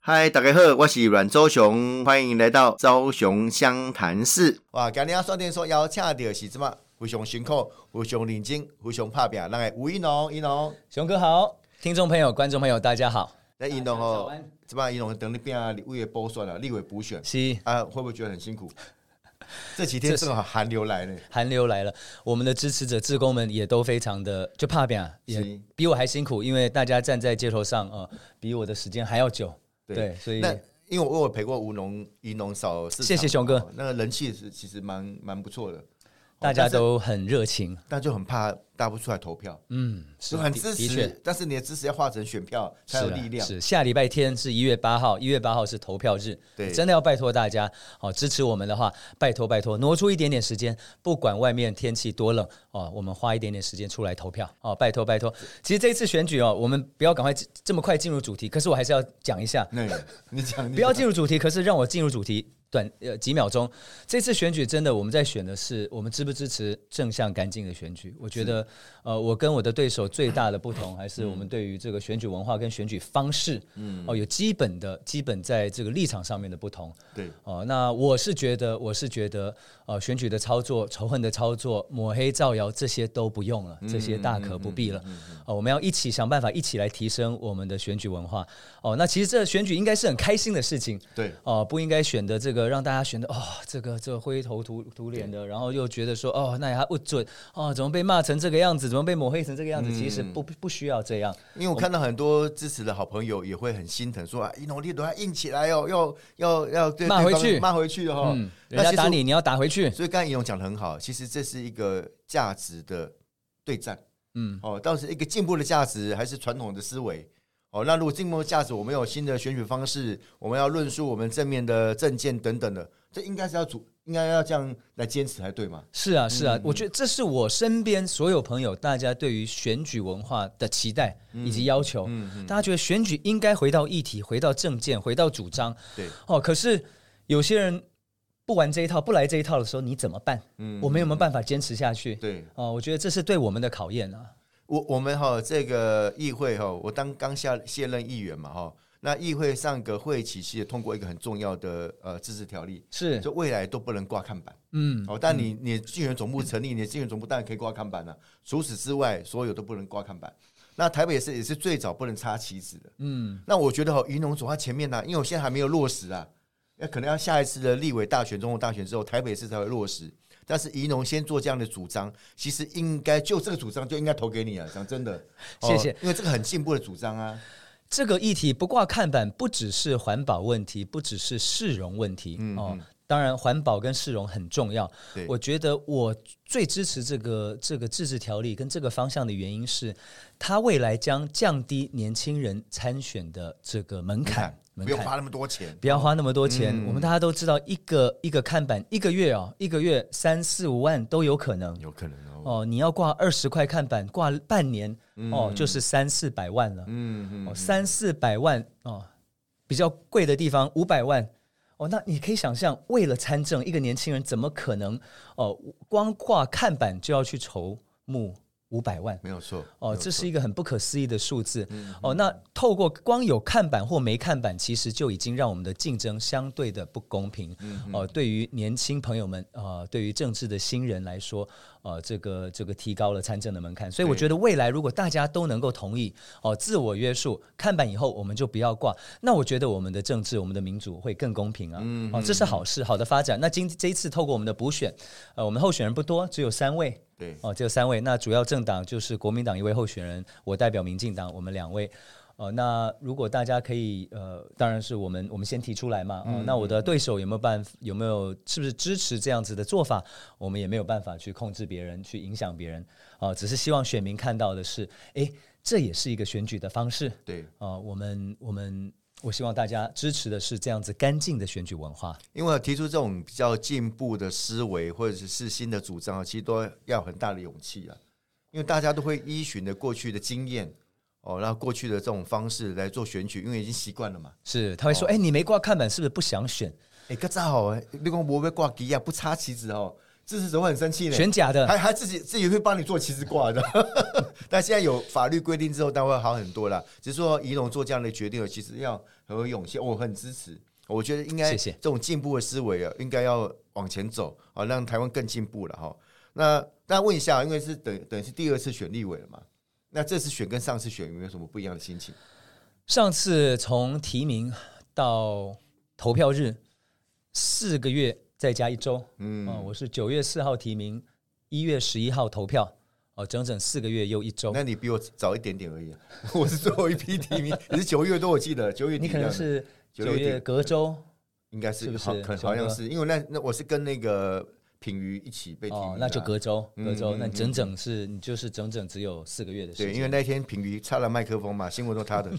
嗨，大家好，我是阮周雄，欢迎来到周雄湘潭市。 哇，今日双电所邀请到是什么？非常辛苦，非常认真，非常拍拼，咱的吴一农， 雄哥好，听众朋友、观众朋友，大家好。 那一农哦，这把一农等你变立委补选了，立委补选是啊，会不会觉得很辛苦？这几天正好寒流来了， 寒流来了，我们的支持者、志工们也都非常的就怕扁，也比我还辛苦，因为大家站在街头上比我的时间还要久。对，所以那因为我有陪过宜农扫市场， 谢谢雄哥， 那个人气是其实蛮不错的， 大家都很热情， 但就很怕大家不出来投票， 是很支持，但是你的支持要化成选票才有力量。 是下礼拜天是1月8号，1月8号是投票日， 对， 真的要拜托大家支持我们的话，拜托挪出一点点时间，不管外面天气多冷我们花一点点时间出来投票拜托。其实这一次选举我们不要赶快这么快进入主题，可是我还是要讲一下。 你讲， 不要进入主题，可是让我进入主题。几秒钟，这次选举真的我们在选的是我们支不支持正向干净的选举。我觉得我跟我的对手最大的不同还是我们对于这个选举文化跟选举方式有基本在这个立场上面的不同。 对那我是觉得选举的操作、仇恨的操作、抹黑造谣这些都不用了，这些大可不必了。我们要一起想办法，一起来提升我们的选举文化。那其实这选举应该是很开心的事情。 对不应该选的这个让大家选的这个灰头土脸的，然后又觉得说那也还不准怎么被骂成这个样子，怎么被抹黑成这个样子？其实不需要这样。 因为我看到很多支持的好朋友也会很心疼，说一农你都要硬起来要对骂回去人家打你，你要打回去。 所以刚才一农讲得很好，其实这是一个价值的对战。到底是一个进步的价值，还是传统的思维？那如果进步的价值，我们有新的选举方式，我们要论述我们正面的政见等等的，这应该要这样来坚持才对嘛？ 是啊，我觉得这是我身边所有朋友大家对于选举文化的期待以及要求。大家觉得选举应该回到议题，回到政见，回到主张。 对， 可是有些人不玩这一套，不来这一套的时候，你怎么办？我们有没有办法坚持下去？ 对， 我觉得这是对我们的考验啊。 我们这个议会我刚卸任议员嘛那议会上个会期其实通过一个很重要的自治条例， 是就未来都不能挂看板。但你竞选总部成立，你的竞选总部当然可以挂看板了。除此之外，所有都不能挂看板。那台北市也是最早不能插旗子的。那我觉得宜农走在前面因为我现在还没有落实可能要下一次的立委大选、总统大选之后，台北市才会落实。但是宜农先做这样的主张，其实应该就这个主张就应该投给你讲真的， 谢谢， 因为这个很进步的主张啊。 这个议题不挂看板，不只是环保问题，不只是市容问题当然，环保跟市容很重要。我觉得我最支持这个自治条例跟这个方向的原因是，它未来将降低年轻人参选的这个门槛。 不要花那么多钱， 不要花那么多钱。我们大家都知道，一个看板，一个月3、4、5万都有可能，你要挂20块看板，挂半年就是3、400万了。3、400万比较贵的地方500万。那你可以想象，为了参政，一个年轻人怎么可能光挂看板就要去筹募500万？ 没有错这是一个很不可思议的数字。那透过光有看板或没看板，其实就已经让我们的竞争相对的不公平。对于年轻朋友们对于政治的新人来说这个提高了参政的门槛。所以我觉得未来如果大家都能够同意自我约束，看板以后我们就不要挂，那我觉得我们的政治、我们的民主会更公平这是好事，好的发展。那这一次透过我们的补选我们候选人不多，只有3位。 对只有3位。那主要政党就是国民党1位候选人，我代表民进党，我们2位。那如果大家可以当然是我们先提出来嘛。那我的对手有没有是不是支持这样子的做法，我们也没有办法去控制别人，去影响别人只是希望选民看到的是，这也是一个选举的方式。 对我希望大家支持的是这样子干净的选举文化。 因为提出这种比较进步的思维或者是新的主张其实都要很大的勇气因为大家都会依循着过去的经验然后过去的这种方式来做选举，因为已经习惯了嘛。 是，他会说你没挂看板是不是不想选？ 可是好你说我没挂旗不插旗子支持者会很生气呢， 选假的， 还自己会帮你做旗子挂的。但现在有法律规定之后，当然会好很多啦。只是说宜农做这样的决定，其实要和涌现，我很支持。我觉得应该这种进步的思维啊，应该要往前走啊，让台湾更进步了哈。那大家问一下，因为是等于是第2次选立委了嘛，那这次选跟上次选有没有什么不一样的心情？ 上次从提名到投票日4个月再加1周，我是9月4号提名，1月11号投票，整整4个月又1周。 那你比我早一点点而已，我是最后一批提名，你是9月多，我记得9月底， 你可能是9月隔周， 应该是不是？ 好像是，因为那我是跟那个品瑜一起被提名， 那就隔周，那你就是整整只有4个月的时间。 对，因为那天品瑜插了麦克风嘛，新闻都他的。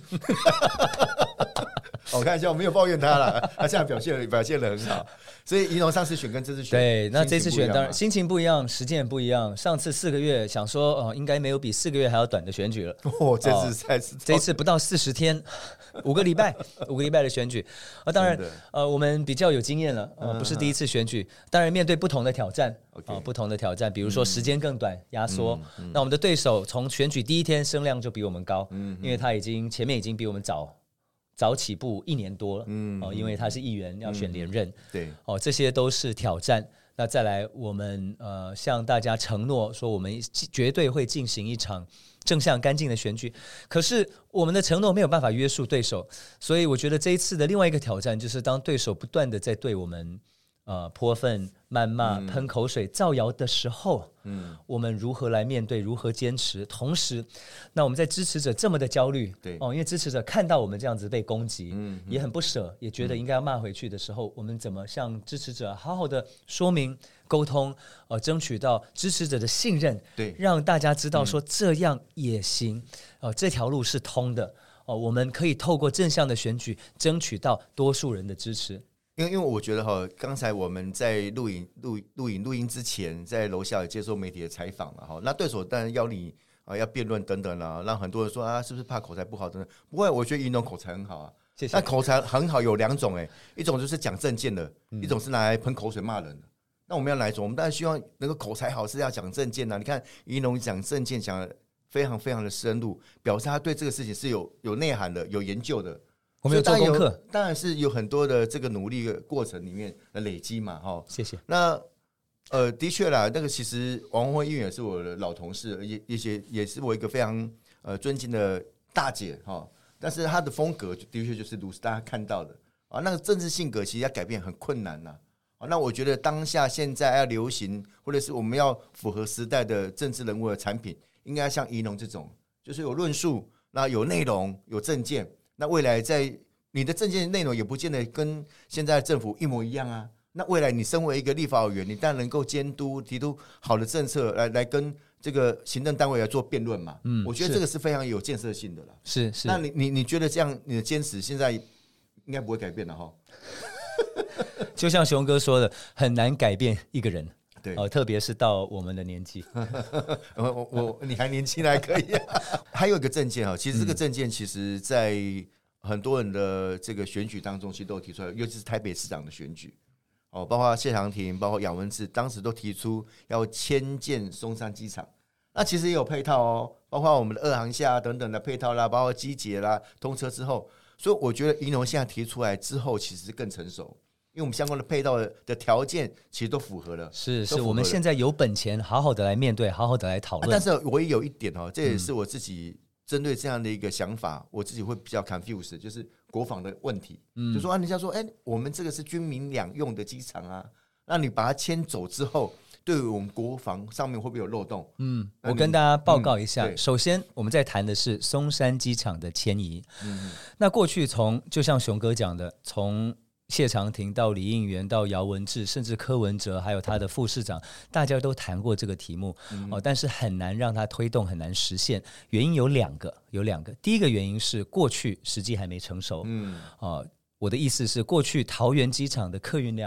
我看一下，我没有抱怨他了，他现在表现得很好。所以宜农上次选跟这次选， 对，那这次选当然心情不一样，时间也不一样。上次4个月想说，应该没有比4个月还要短的选举了。这次不到40天，5个礼拜的选举。当然，我们比较有经验了，不是第一次选举。当然，面对不同的挑战，不同的挑战，比如说时间更短，压缩。那我们的对手从选举第1天声量就比我们高，因为他前面已经比我们早起步1年多了，因为他是议员要选连任， 对， 这些都是挑战。那再来，我们向大家承诺说，我们绝对会进行一场正向干净的选举。可是我们的承诺没有办法约束对手，所以我觉得这一次的另外一个挑战就是，当对手不断的在对我们泼粪、谩骂、喷口水、造谣的时候，我们如何来面对，如何坚持？同时，那我们在支持者这么的焦虑， 对， 因为支持者看到我们这样子被攻击，也很不舍，也觉得应该要骂回去的时候，我们怎么向支持者好好的说明、沟通，争取到支持者的信任， 对， 让大家知道说这样也行，这条路是通的，我们可以透过正向的选举，争取到多数人的支持。 因为我觉得刚才我们在录音之前，在楼下也接受媒体的采访了那对手当然要你要辩论等等啦，让很多人说是不是怕口才不好等等。不会，我觉得宜农口才很好啊。 谢谢。 那口才很好有2种一种就是讲政见的，一种是拿来喷口水骂人的。那我们要哪一种？我们当然希望能够口才好是要讲政见啊。你看宜农讲政见讲得非常非常的深入，表示他对这个事情是有内涵的、有研究的。 我们有做功课， 当然是有很多的这个努力的过程里面的累积嘛， 谢谢。 那的确啦，那个其实王宏辉议员也是我的老同事，也是我一个非常尊敬的大姐但是她的风格的确就是如大家看到的那个政治性格其实要改变很困难呐那我觉得当下现在要流行，或者是我们要符合时代的政治人物的产品，应该像宜农这种，就是有论述，那有内容，有政见。那未来在你的政见内容也不见得跟现在的政府一模一样啊。那未来你身为一个立法委员，你当然能够监督提出好的政策来跟这个行政单位来做辩论嘛。我觉得这个是非常有建设性的啦。 是。 那你觉得这样你的坚持现在应该不会改变了哈？ 就像熊哥说的，很难改变一个人。 对， 特别是到我们的年纪， 你还年轻还可以还有一个政见其实这个政见其实在很多人的这个选举当中其实都有提出来，尤其是台北市长的选举包括谢长廷，包括杨文智，当时都提出要迁建松山机场。那其实也有配套包括我们的2航厦等等的配套啦，包括机捷啦，通车之后，所以我觉得宜农现在提出来之后，其实更成熟。因为我们相关的配套的条件其实都符合了， 是我们现在有本钱好好的来面对，好好的来讨论。 但是我也有一点这也是我自己针对这样的一个想法，我自己会比较 confused， 就是国防的问题。就说人家说我们这个是军民两用的机场啊，那你把它迁走之后，对于我们国防上面会不会有漏洞？ 我跟大家报告一下。首先我们在谈的是松山机场的迁移。那过去就像熊哥讲的，从谢长廷到李应元到姚文智，甚至柯文哲还有他的副市长，大家都谈过这个题目但是很难让他推动，很难实现。原因有两个。第一个原因是过去时机还没成熟。我的意思是，过去桃园机场的客运量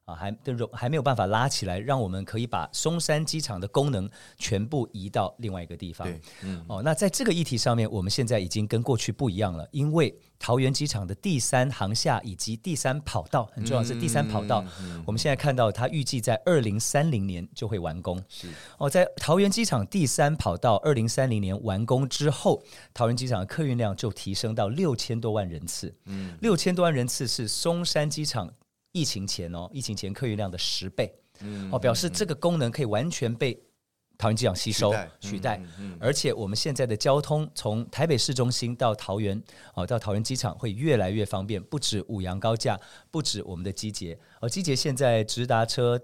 还没有办法拉起来，让我们可以把松山机场的功能全部移到另外一个地方。那在这个议题上面，我们现在已经跟过去不一样了，因为桃园机场的第3航厦以及第3跑道，很重要是第3跑道，我们现在看到它预计在2030年就会完工。在桃园机场第3跑道2030年完工之后，桃园机场的客运量就提升到6000多万人次。6000多万人次是松山机场疫情前客运量的10倍。表示这个功能可以完全被桃园机场吸收取代，而且我们现在的交通从台北市中心到桃园到桃园机场会越来越方便，不止五杨高架，不止我们的机捷，机捷现在直达车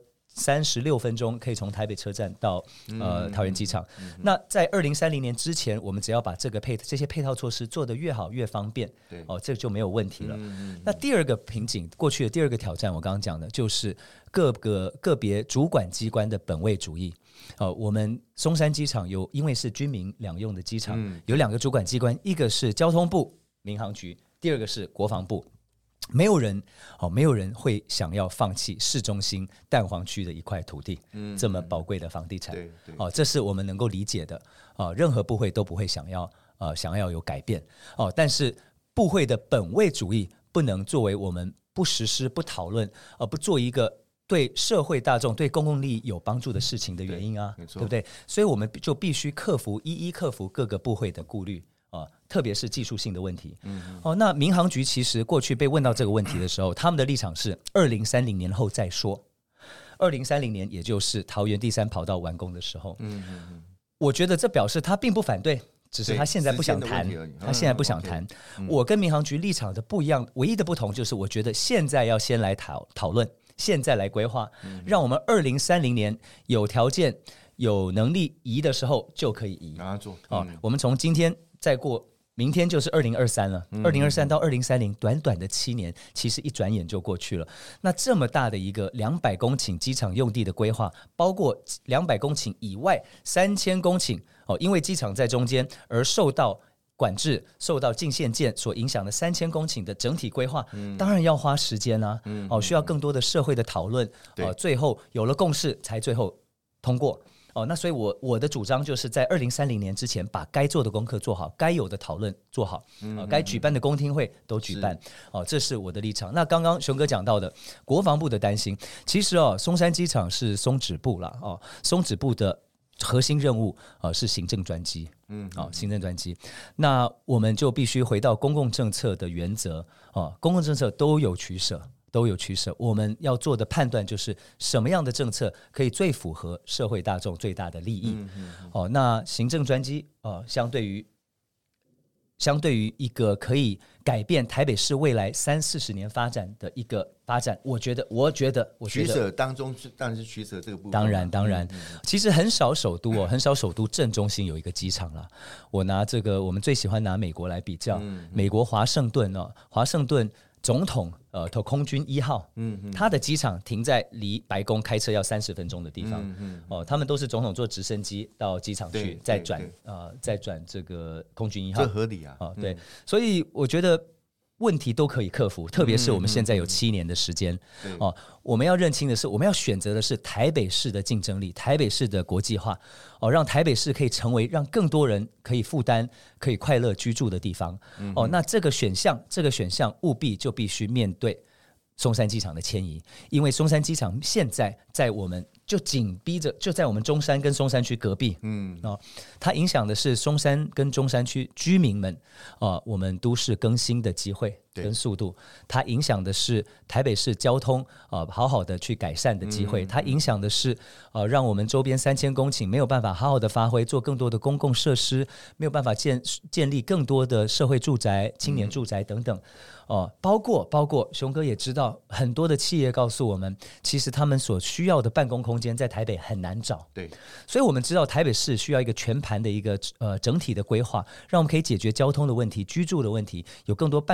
36分钟可以从台北车站到桃园机场。那在2030年之前，我们只要把这些配套措施做得越好越方便，这个就没有问题了。那第二个瓶颈，过去的第二个挑战，我刚刚讲的就是个别主管机关的本位主义。我们松山机场因为是军民两用的机场，有2个主管机关，一个是交通部民航局，第二个是国防部。没有人会想要放弃市中心蛋黄区的一块土地，这么宝贵的房地产。这是我们能够理解的。任何部会都不会想要有改变。但是部会的本位主义不能作为我们不实施、不讨论、不做一个对社会大众、对公共利益有帮助的事情的原因啊，对不对？所以我们就必须一一克服各个部会的顾虑。特别是技术性的问题。那民航局其实过去被问到这个问题的时候，他们的立场是2030年后再说。2030年也就是桃园第3跑道完工的时候。我觉得这表示他并不反对，只是他现在不想谈。我跟民航局立场的不一样，唯一的不同就是我觉得现在要先来讨论，现在来规划，让我们2030年有条件有能力移的时候就可以移。我们从今天再过明天就是2023了，2023到2030短短的7年，其实一转眼就过去了。那这么大的一个200公顷机场用地的规划，包括200公顷以外3000公顷，因为机场在中间而受到管制、受到禁限舰所影响的3000公顷的整体规划，当然要花时间啊，需要更多的社会的讨论，最后有了共识才最后通过。那所以我的主张就是在2030年之前把该做的功课做好，该有的讨论做好，该举办的公听会都举办，这是我的立场。那刚刚熊哥讲到的国防部的担心，其实松山机场是松指部啦，松指部的核心任务是行政专机，行政专机。那我们就必须回到公共政策的原则，公共政策都有取舍。我们要做的判断就是什么样的政策可以最符合社会大众最大的利益。那行政专机相对于一个可以改变台北市未来30-40年发展的一个发展，我觉得取舍当中当然是取舍这个部分。 当然，其实很少首都正中心有一个机场了。我拿我们最喜欢拿美国来比较，美国华盛顿总统空军1号，他的机场停在离白宫开车要30分钟的地方。他们都是总统坐直升机到机场去，再转这个空军1号， 这合理啊。 对，所以我觉得问题都可以克服，特别是我们现在有7年的时间。我们要认清的是，我们要选择的是台北市的竞争力，台北市的国际化，让台北市可以成为让更多人可以负担、可以快乐居住的地方。那这个选项务必就必须面对松山机场的迁移，因为松山机场现在在我们就紧逼着，就在我们中山跟松山区隔壁。它影响的是松山跟中山区居民们我们都市更新的机会跟速度，它影响的是台北市交通好好的去改善的机会，它影响的是让我们周边3000公顷没有办法好好的发挥，做更多的公共设施，没有办法建立更多的社会住宅、青年住宅等等。包括熊哥也知道，很多的企业告诉我们，其实他们所需要的办公空间在台北很难找。 对， 所以我们知道台北市需要一个全盘的一个整体的规划，让我们可以解决交通的问题、居住的问题，有更多办公空间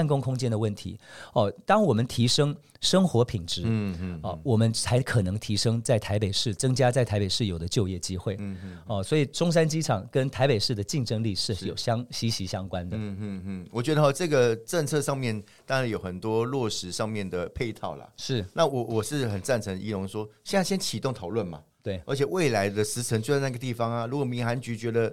间的问题当我们提升生活品质，我们才可能提升在台北市增加在台北市有的就业机会，所以中山机场跟台北市的竞争力是有息息相关的。 我觉得这个政策上面当然有很多落实上面的配套啦。是，那我是很赞成宜农说，现在先启动讨论嘛。对，而且未来的时程就在那个地方啊。如果民航局觉得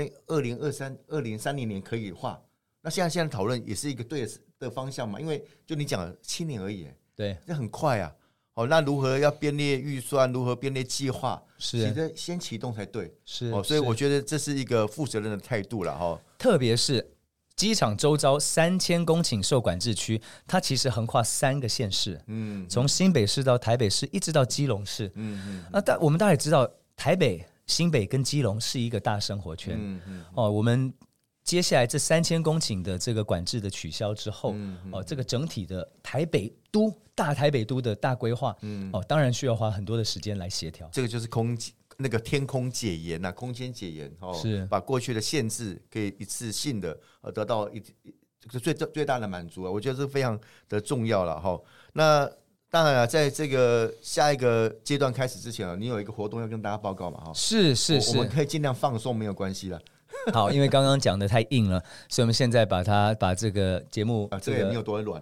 2030年可以的话，那现在讨论也是一个对的方向嘛。因为就你讲7年而已，对，这很快啊。那如何要编列预算，如何编列计划，是先启动才对。是，所以我觉得这是一个负责任的态度了。 特别是机场周遭3000公顷受管制区，它其实横跨3个县市，从新北市到台北市，一直到基隆市。但我们大家也知道，台北、新北跟基隆是一个大生活圈。我们接下来这3000公顷的这个管制的取消之后，这个整体的大台北都的大规划，当然需要花很多的时间来协调。 这个就是那个天空解严空间解严，是把过去的限制可以一次性的得到最大的满足，我觉得这非常的重要了。那当然在这个下一个阶段开始之前你有一个活动要跟大家报告嘛？ 是， 我们可以尽量放松，没有关系了。 好，因为刚刚讲的太硬了，所以我们现在把这个节目这个也没有多软。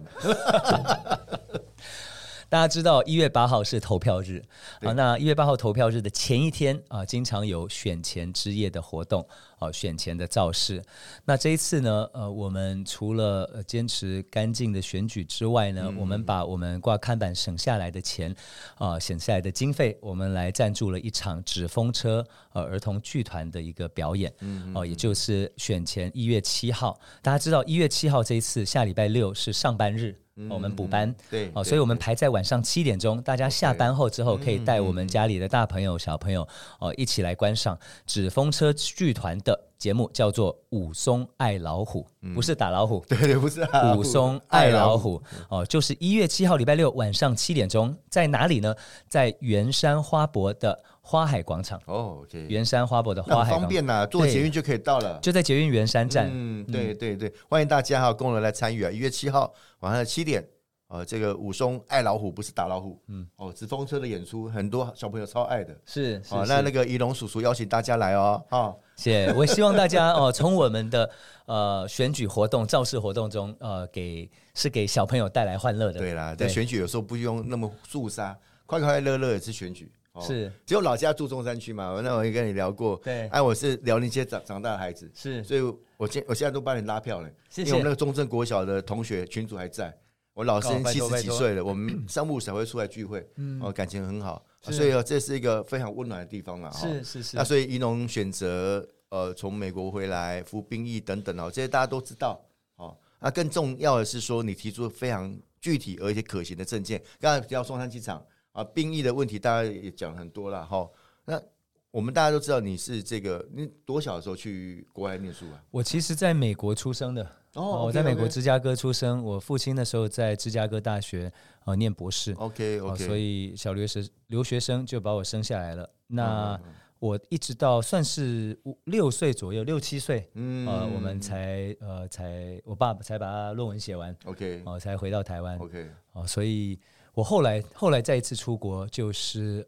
大家知道1月8号是投票日那1月8号投票日的前一天经常有选前之夜的活动选前的造势。那这一次呢我们除了坚持干净的选举之外呢，我们把我们挂看板省下来的钱省下来的经费，我们来赞助了一场纸风车儿童剧团的一个表演，也就是选前1月7号。大家知道1月7号这一次下礼拜六是上班日，我们补班，对，所以我们排在晚上7点钟，大家下班后之后可以带我们家里的大朋友小朋友一起来观赏纸风车剧团的节目，叫做武松爱老虎，不是打老虎， 对，不是武松爱老虎就是1月7号礼拜六晚上7点钟，在哪里呢？在圆山花博的花海广场。圆山花博的花海广场方便坐捷运就可以到了， 就在捷运圆山站。 对，欢迎大家共同来参与1月7号晚上7点这个武松爱老虎，不是打老虎。纸风车的演出很多小朋友超爱的。是那个宜农叔叔邀请大家来谢谢。我希望大家从我们的选举活动造势活动中给小朋友带来欢乐的。 对啦，在选举有时候不用那么肃杀，快快乐乐也是选举。是，只有老家住中山区嘛，那我也跟你聊过。对，我是辽宁街长大的孩子，是，所以我现在都帮你拉票了。谢谢。因为我们那个中正国小的同学群组还在，我老师70几岁了，我们3、5才会出来聚会，感情很好，所以这是一个非常温暖的地方了。是。那所以宜农选择从美国回来服兵役等等这些大家都知道。那更重要的是说，你提出非常具体而且可行的政见。刚才提到松山机场。兵役的问题大家也讲很多了那我们大家都知道你多小的时候去国外念书我其实在美国出生的我在美国芝加哥出生，我父亲那时候在芝加哥大学念博士。OK， 所以小留学生就把我生下来了。那我一直到算是6岁左右，6、7岁，我们我爸才把他论文写完。OK，才回到台湾。OK，所以。我后来再一次出国，就是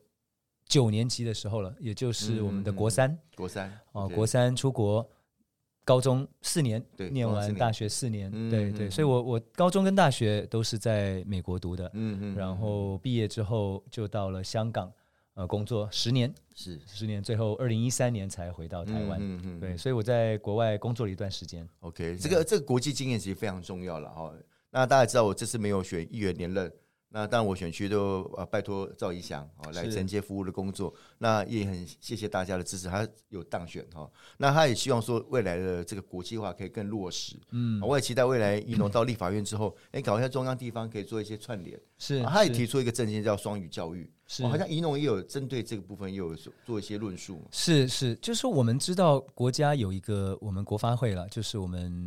9年级的时候了，也就是我们的国三国三出国，高中4年，念完大学4年，对，所以我高中跟大学都是在美国读的，然后毕业之后就到了香港工作10年，是10年，最后2013年才回到台湾，对，所以我在国外工作了一段时间。 OK， 这个国际经验其实非常重要了那大家知道我这次没有选议员连任。那当然，我选区都拜托赵怡翔来承接服务的工作。那也很谢谢大家的支持，他有当选那他也希望说未来的这个国际化可以更落实。我也期待未来宜农到立法院之后，搞一下中央地方可以做一些串联。是，他也提出一个政见叫双语教育。是，好像宜农也有针对这个部分也有做一些论述。 是，就是我们知道国家有一个我们国发会了，就是我们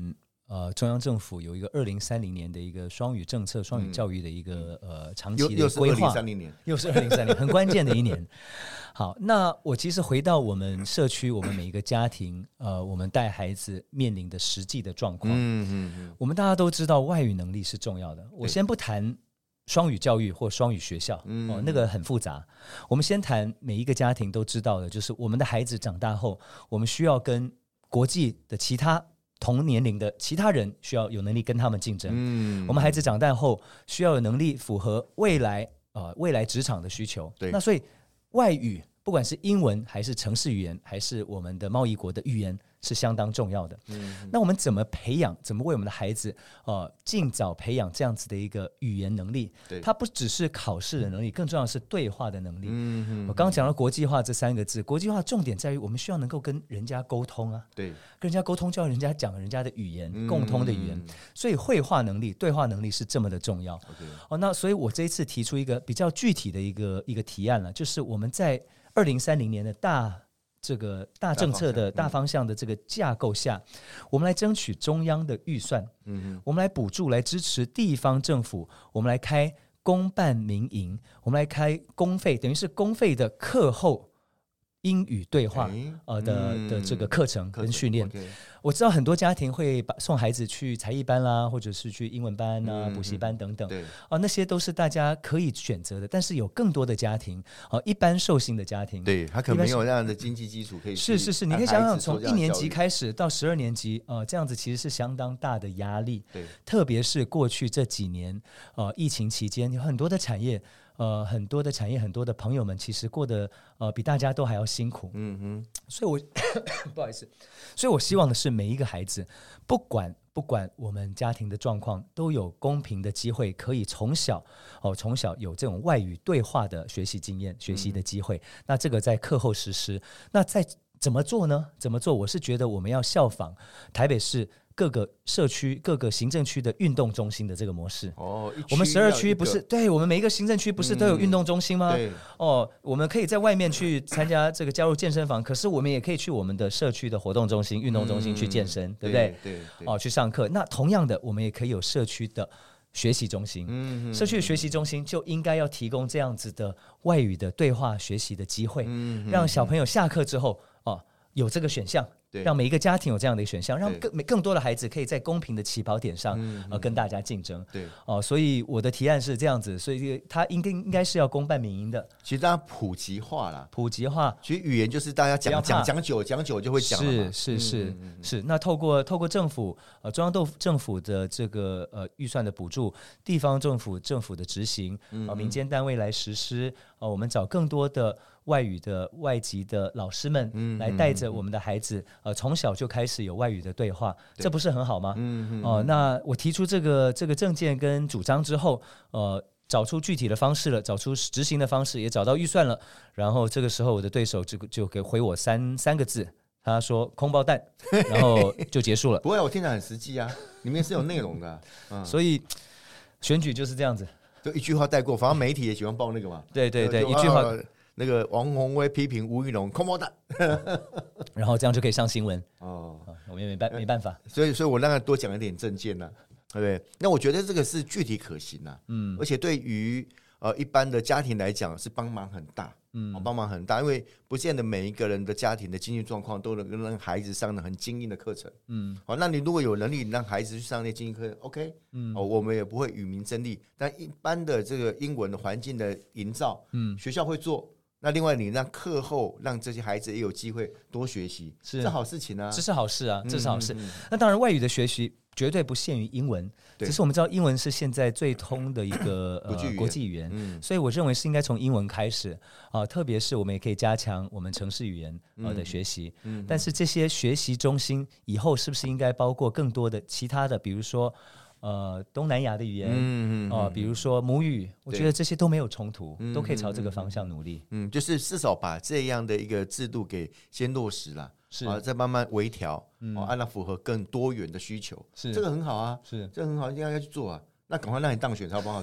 中央政府有一个2030年的一个双语政策、双语教育的一个长期又是的规划， 2030年， 又是2030年，很关键的一年。好，那我其实回到我们社区，我们每一个家庭，我们带孩子面临的实际的状况，我们大家都知道外语能力是重要的。我先不谈双语教育或双语学校，那个很复杂。我们先谈每一个家庭都知道的，就是我们的孩子长大后，我们需要跟国际的其他同年龄的其他人需要有能力跟他们竞争。我们孩子长大后需要有能力符合未来职场的需求。那所以外语不管是英文还是程式语言还是我们的贸易国的语言是相当重要的。那我们怎么培养，怎么为我们的孩子尽早培养这样子的一个语言能力？它不只是考试的能力，更重要的是对话的能力。我刚刚讲到国际化这3个字，国际化重点在于我们需要能够跟人家沟通啊， 对， 跟人家沟通就要人家讲人家的语言，共通的语言。所以绘画能力、对话能力是这么的重要。那所以我这一次提出一个比较具体的一个提案了，就是我们在2030年的大政策的大方向的这个架构下，我们来争取中央的预算，我们来补助来支持地方政府，我们来开公办民营，我们来开公费，等于是公费的课后英语对话的这个课程跟训练。我知道很多家庭会送孩子去才艺班啦，或者是去英文班啊、补习班等等，那些都是大家可以选择的。但是有更多的家庭，一般受薪的家庭， 对他可能没有那样的经济基础可以是，你可以想想，从1年级开始到12年级，这样子其实是相当大的压力。 对，特别是过去这几年，疫情期间有很多的产业。很多的朋友们其实过得比大家都还要辛苦。所以我不好意思，所以我希望的是每一个孩子，不管我们家庭的状况，都有公平的机会，可以从小有这种外语对话的学习经验、学习的机会。那这个在课后实施，那在怎么做呢？我是觉得我们要效仿台北市各个社区、各个行政区的运动中心的这个模式。我们12区不是对我们每一个行政区不是都有运动中心吗？我们可以在外面去参加这个加入健身房，可是我们也可以去我们的社区的活动中心、运动中心去健身，对不对？对，去上课。那同样的，我们也可以有社区的学习中心。社区的学习中心就应该要提供这样子的外语的对话学习的机会，让小朋友下课之后有这个选项。让每一个家庭有这样的一个选项，让更多的孩子可以在公平的起跑点上跟大家竞争。所以我的提案是这样子，所以它应该是要公办民营的。 其实大家普及化啦， 其实语言就是大家讲久就会讲了嘛。 是。那透过政府中央政府的这个预算的补助，地方政府的执行，民间单位来实施，我们找更多的外语的外籍的老师们来带着我们的孩子，从小就开始有外语的对话，这不是很好吗？那我提出这个政见跟主张之后，找出具体的方式了，找出执行的方式，也找到预算了。然后这个时候，我的对手就给回我三个字，他说空包弹，然后就结束了。 不会，我听起来很实际啊，里面是有内容的。 所以选举就是这样子， 就一句话带过，反正媒体也喜欢报那个嘛。 对，一句话。 那个王宏威批评吴怡农空包弹， 然后这样就可以上新闻。我们也没办法。 所以我让他多讲一点政见呢，对不对？那我觉得这个是具体可行啊，而且对于一般的家庭来讲是帮忙很大，帮忙很大，因为不见得每一个人的家庭的经济状况都能让孩子上的很精英的课程，那你如果有能力让孩子去上那精英课程 ，OK，我们也不会与民争利，但一般的这个英文的环境的营造，学校会做。那另外，你让课后让这些孩子也有机会多学习，是好事情啊，这是好事啊，这是好事。那当然，外语的学习绝对不限于英文，只是我们知道英文是现在最通的一个国际语言，所以我认为是应该从英文开始特别是我们也可以加强我们程式语言的学习。但是这些学习中心以后是不是应该包括更多的其他的，比如说东南亚的语言，比如说母语，我觉得这些都没有冲突，都可以朝这个方向努力。就是至少把这样的一个制度给先落实了，再慢慢微调，按照符合更多元的需求，这个很好啊，这个很好，应该要去做啊。那赶快让你当选才有办法做，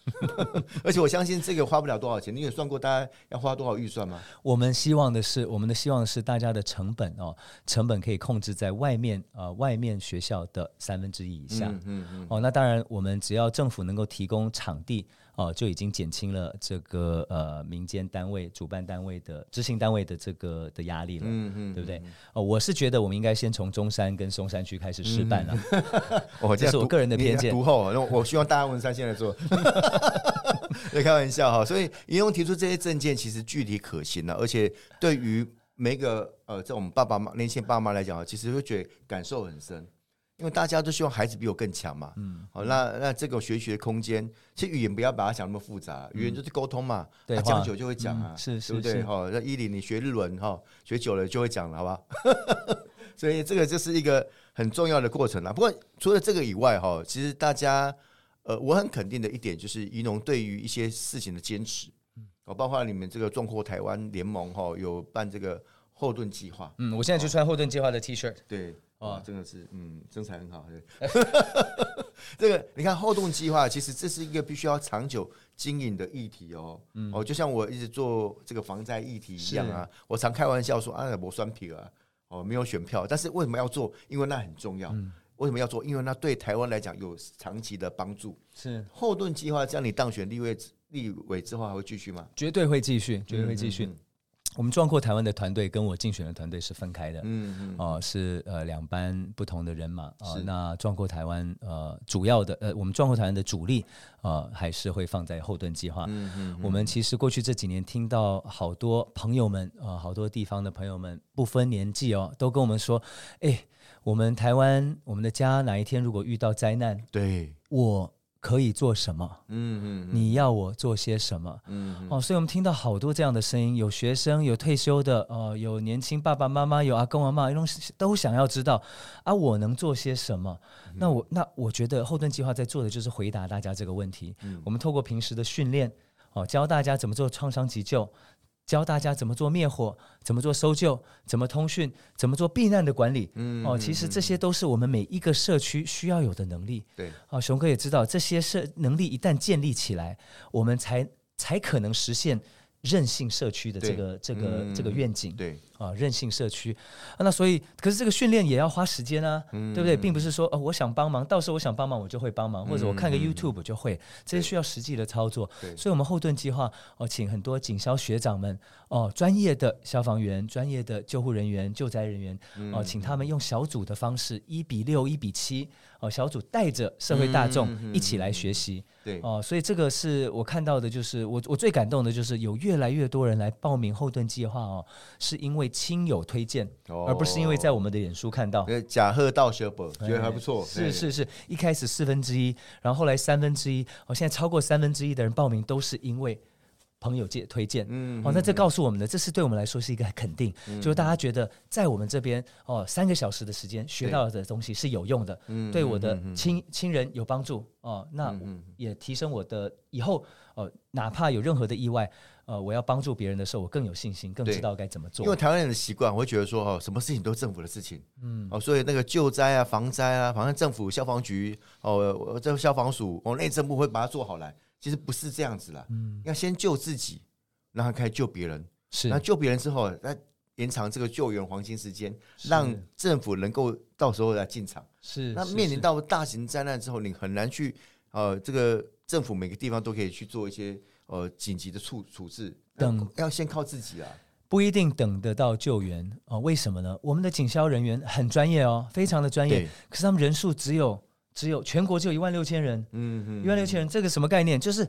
而且我相信这个花不了多少钱，你有算过大家要花多少预算吗？ 我们的希望是大家的成本可以控制在外面学校的1/3以下。那当然，我们只要政府能够提供场地，就已经减轻了这个民间单位、主办单位的执行单位的这个的压力了，对不对？我是觉得我们应该先从中山跟松山区开始试办了，这是我个人的偏见。 读后，我希望大安文山现在做，开玩笑哈。所以宜农提出这些政见，其实具体可行了，而且对于每个这种年轻爸妈来讲，其实会觉得感受很深。因为大家都希望孩子比我更强嘛，那这个学习的空间，其实语言不要把它想那么复杂，语言就是沟通嘛，他讲久就会讲啊，对不对？那10你学日文学久了就会讲了，好不好？所以这个就是一个很重要的过程啦。不过除了这个以外，其实大家我很肯定的一点就是宜农对于一些事情的坚持，包括你们这个壮阔台湾联盟有办这个后盾计划， 我现在就穿后盾计划的 T 恤， 对。真的是，身材很好。这个你看后盾计划，其实这是一个必须要长久经营的议题就像我一直做这个防灾议题一样啊。我常开玩笑说我酸皮啊，没有选票，但是为什么要做？因为那很重要。为什么要做？因为那对台湾来讲有长期的帮助。是后盾计划，这样你当选立委之后还会继续吗？ 绝对会继续，绝对会继续。我们壮阔台湾的团队跟我竞选的团队是分开的，是2班不同的人马那壮阔台湾主要的我们壮阔台湾的主力还是会放在后盾计划。我们其实过去这几年听到好多朋友们好多地方的朋友们不分年纪都跟我们说，我们台湾我们的家哪一天如果遇到灾难，对我可以做什么？你要我做些什么？所以我们听到好多这样的声音，有学生，有退休的，有年轻爸爸妈妈，有阿公阿嬷，都想要知道我能做些什么？那我觉得后盾计划在做的就是回答大家这个问题。我们透过平时的训练，教大家怎么做创伤急救。教大家怎么做灭火，怎么做搜救，怎么通讯，怎么做避难的管理。其实这些都是我们每一个社区需要有的能力。对，熊哥也知道，这些能力一旦建立起来，我们才可能实现韧性社区的这个愿景。对。韧性社区那所以可是这个训练也要花时间啊，对不对？并不是说我想帮忙，到时候我想帮忙我就会帮忙，或者我看个 YouTube 就会，这些需要实际的操作。所以我们后盾计划请很多警消学长们专业的消防员、专业的救护人员、救灾人员请他们用小组的方式1:6、1:7小组带着社会大众一起来学习。对所以这个是我看到的，就是我最感动的就是有越来越多人来报名后盾计划是因为亲友推荐，而不是因为在我们的脸书看到。 假贺道学本觉得还不错， 是，一开始1/4，然后后来1/3，现在超过1/3的人报名都是因为朋友推荐。那这告诉我们的，这是对我们来说是一个肯定，就是大家觉得在我们这边3个小时的时间学到的东西是有用的，对我的亲人有帮助那也提升我的以后哪怕有任何的意外。我要帮助别人的时候，我更有信心，更知道该怎么做。 因为台湾人的习惯，我会觉得说，什么事情都是政府的事情，所以那个救灾啊、防灾啊，反正政府消防局这消防署内政部会把它做好来。其实不是这样子啦，要先救自己，然后开始救别人。是，那救别人之后，再延长这个救援黄金时间，让政府能够到时候来进场。是，那面临到大型灾难之后，你很难去这个政府每个地方都可以去做一些紧急的处置，要先靠自己啊， 不一定等得到救援为什么呢？我们的警消人员很专业非常的专业，可是他们人数只有全国只有16000人，16000人，这个什么概念？就是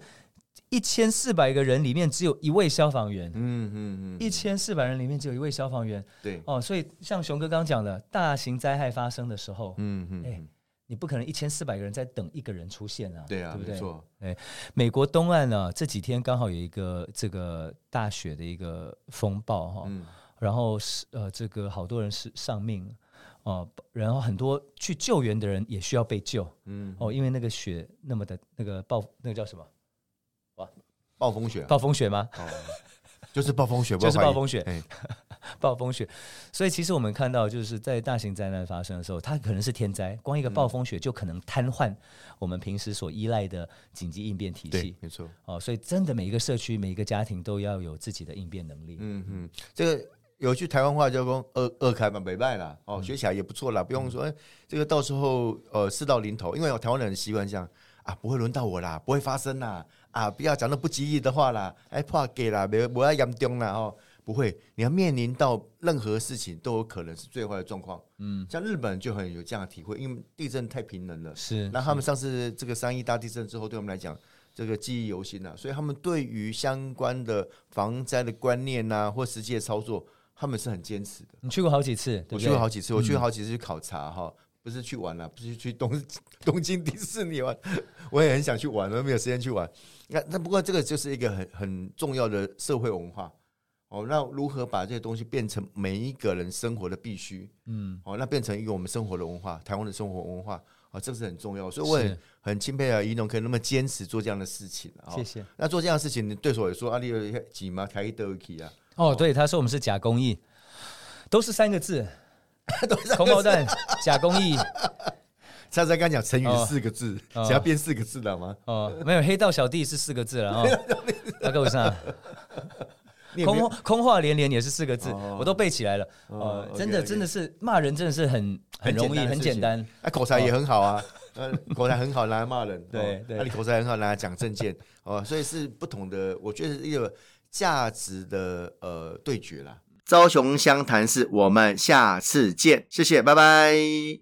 1400个人里面只有1位消防员，1400人里面只有1位消防员，对所以像熊哥刚刚讲的，大型灾害发生的时候，你不可能1400个人在等一个人出现啊，对不对？没错。美国东岸这几天刚好有一个这个大雪的一个风暴然后这个好多人是丧命然后很多去救援的人也需要被救因为那个雪那么的那个那个叫什么？ 暴风雪？ 暴风雪吗？ 就是暴风雪， 就是暴风雪。 暴风雪。所以其实我们看到，就是在大型灾难发生的时候，它可能是天灾，光一个暴风雪就可能瘫痪我们平时所依赖的紧急应变体系。 对，没错。 所以真的每一个社区、每一个家庭都要有自己的应变能力。 这个有句台湾话叫做二开嘛，没败啦，学起来也不错啦，不用说这个到时候事到临头，因为台湾人习惯这样啊，不会轮到我啦，不会发生啦，啊，不要讲那不吉利的话啦，怕给啦，不要严重啦不会，你要面临到任何事情都有可能是最坏的状况。像日本就很有这样的体会，因为地震太平能了， 是。 那他们上次这个3.1大地震之后，对我们来讲，这个记忆犹新啊，所以他们对于相关的防灾的观念啊，或实际的操作，他们是很坚持的。 你去过好几次，对不对？ 我去过好几次，去考察不是去玩啦，不是去东京迪士尼玩，我也很想去玩，我没有时间去玩。那不过这个就是一个很重要的社会文化。那如何把这些东西变成每一个人生活的必须？那变成一个我们生活的文化，台湾的生活文化这个是很重要。所以我也很钦佩宜农可以那么坚持做这样的事情。 谢谢。 那做这样的事情，你对手也说你有几吗？开一德起啊？ 对，他说我们是假公益，都是3个字，空包弹假公益。 上次刚讲成语是4个字，只要变4个字了吗？ 没有，黑道小弟是4个字了大哥我上。空话连连也是4个字，我都背起来了。真的是骂人，真的是很容易，很简单。 口才也很好啊，口才很好，拿来骂人。 对， 你口才很好，拿来讲政见。所以是不同的，我觉得是一个价值的对决啦。 高雄湘潭市，我们下次见，谢谢，拜拜。